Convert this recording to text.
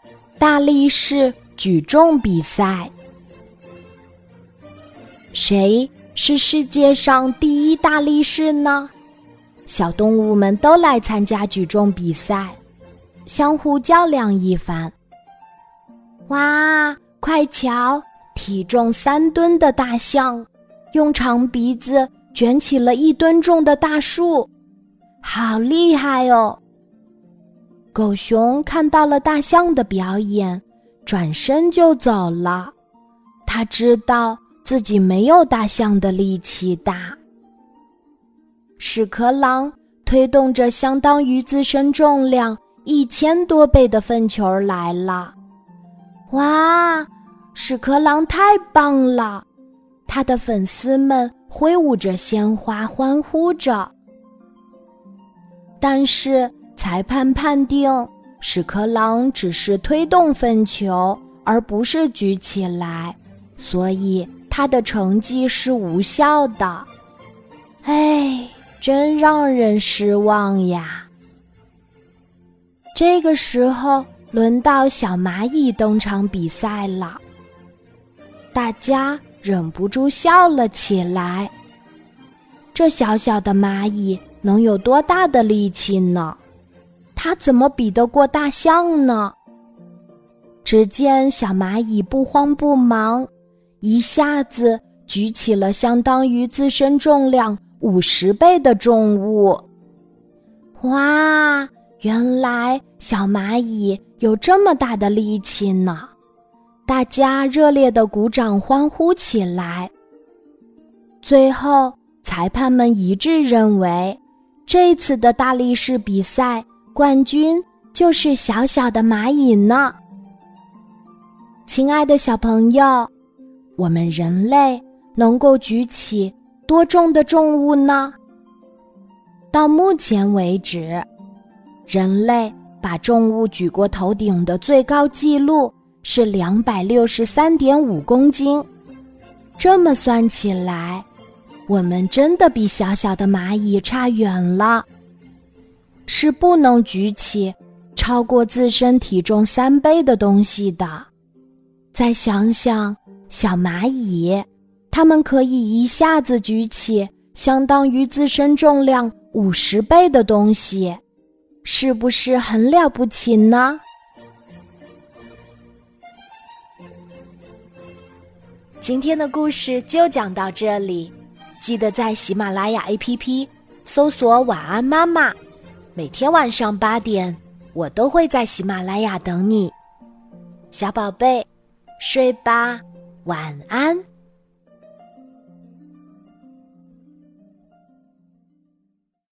大力士举重比赛。谁是世界上第一大力士呢？小动物们都来参加举重比赛，相互较量一番。哇，快瞧，体重3吨的大象用长鼻子卷起了1吨重的大树，好厉害哦！狗熊看到了大象的表演，转身就走了。他知道自己没有大象的力气大。屎壳郎推动着相当于自身重量1000多倍的粪球来了。哇，屎壳郎太棒了！他的粉丝们挥舞着鲜花欢呼着。但是裁判判定屎壳郎只是推动粪球，而不是举起来，所以他的成绩是无效的。哎，真让人失望呀！这个时候轮到小蚂蚁登场比赛了，大家忍不住笑了起来。这小小的蚂蚁能有多大的力气呢？它怎么比得过大象呢？只见小蚂蚁不慌不忙，一下子举起了相当于自身重量50倍的重物。哇，原来小蚂蚁有这么大的力气呢！大家热烈地鼓掌欢呼起来。最后，裁判们一致认为，这次的大力士比赛冠军就是小小的蚂蚁呢。亲爱的小朋友，我们人类能够举起多重的重物呢？到目前为止，人类把重物举过头顶的最高纪录是263.5公斤。这么算起来，我们真的比小小的蚂蚁差远了，是不能举起超过自身体重3倍的东西的。再想想小蚂蚁，它们可以一下子举起相当于自身重量50倍的东西，是不是很了不起呢？今天的故事就讲到这里，记得在喜马拉雅 APP 搜索晚安妈妈，每天晚上8点，我都会在喜马拉雅等你。小宝贝，睡吧，晚安。